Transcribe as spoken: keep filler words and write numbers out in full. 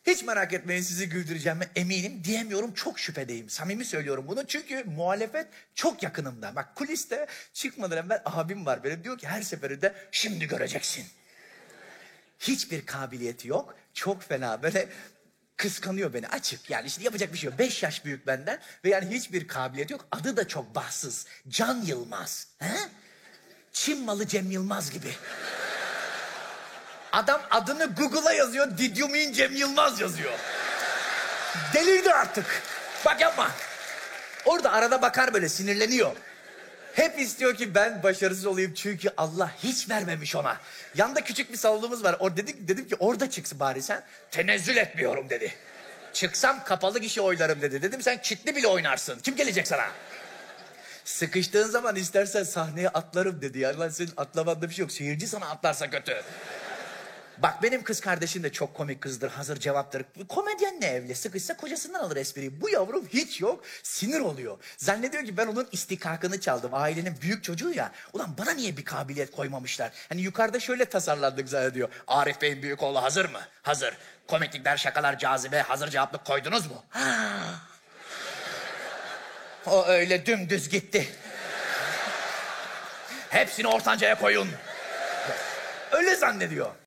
Hiç merak etmeyin, sizi güldüreceğime eminim diyemiyorum, çok şüphedeyim. Samimi söylüyorum bunu, çünkü muhalefet çok yakınımda. Bak, kuliste çıkmadan evvel abim var benim, diyor ki her seferinde şimdi göreceksin. Hiçbir kabiliyeti yok, çok fena böyle kıskanıyor beni, açık. Yani işte yapacak bir şey yok. Beş yaş büyük benden ve yani hiçbir kabiliyeti yok. Adı da çok bahtsız. Can Yılmaz. He? Çin malı Cem Yılmaz gibi. Adam adını Google'a yazıyor, Did you mean Cem Yılmaz yazıyor. Delirdi artık. Bak yapma. Orada arada bakar, böyle sinirleniyor. Hep istiyor ki ben başarısız olayım, çünkü Allah hiç vermemiş ona. Yanda küçük bir salonumuz var. O dedik, dedim ki orada çıksın bari sen. Tenezzül etmiyorum dedi. Çıksam kapalı gişe oylarım dedi. Dedim sen kilitli bile oynarsın. Kim gelecek sana? Sıkıştığın zaman istersen sahneye atlarım dedi. Ya lan, senin atlamanda bir şey yok. Seyirci sana atlarsa kötü. Bak, benim kız kardeşim de çok komik kızdır, hazır cevaptır. Komedyenle evli, sıkışsa kocasından alır espriyi. Bu yavrum hiç yok, sinir oluyor. Zannediyor ki ben onun istikakını çaldım. Ailenin büyük çocuğu ya. Ulan bana niye bir kabiliyet koymamışlar? Hani yukarıda şöyle tasarlandık zannediyor. Arif Bey'in büyük oğlu hazır mı? Hazır. Komiklikler, şakalar, cazibe, hazır cevaplık koydunuz mu? Ha. O öyle dümdüz gitti. Hepsini ortancaya koyun. Öyle zannediyor.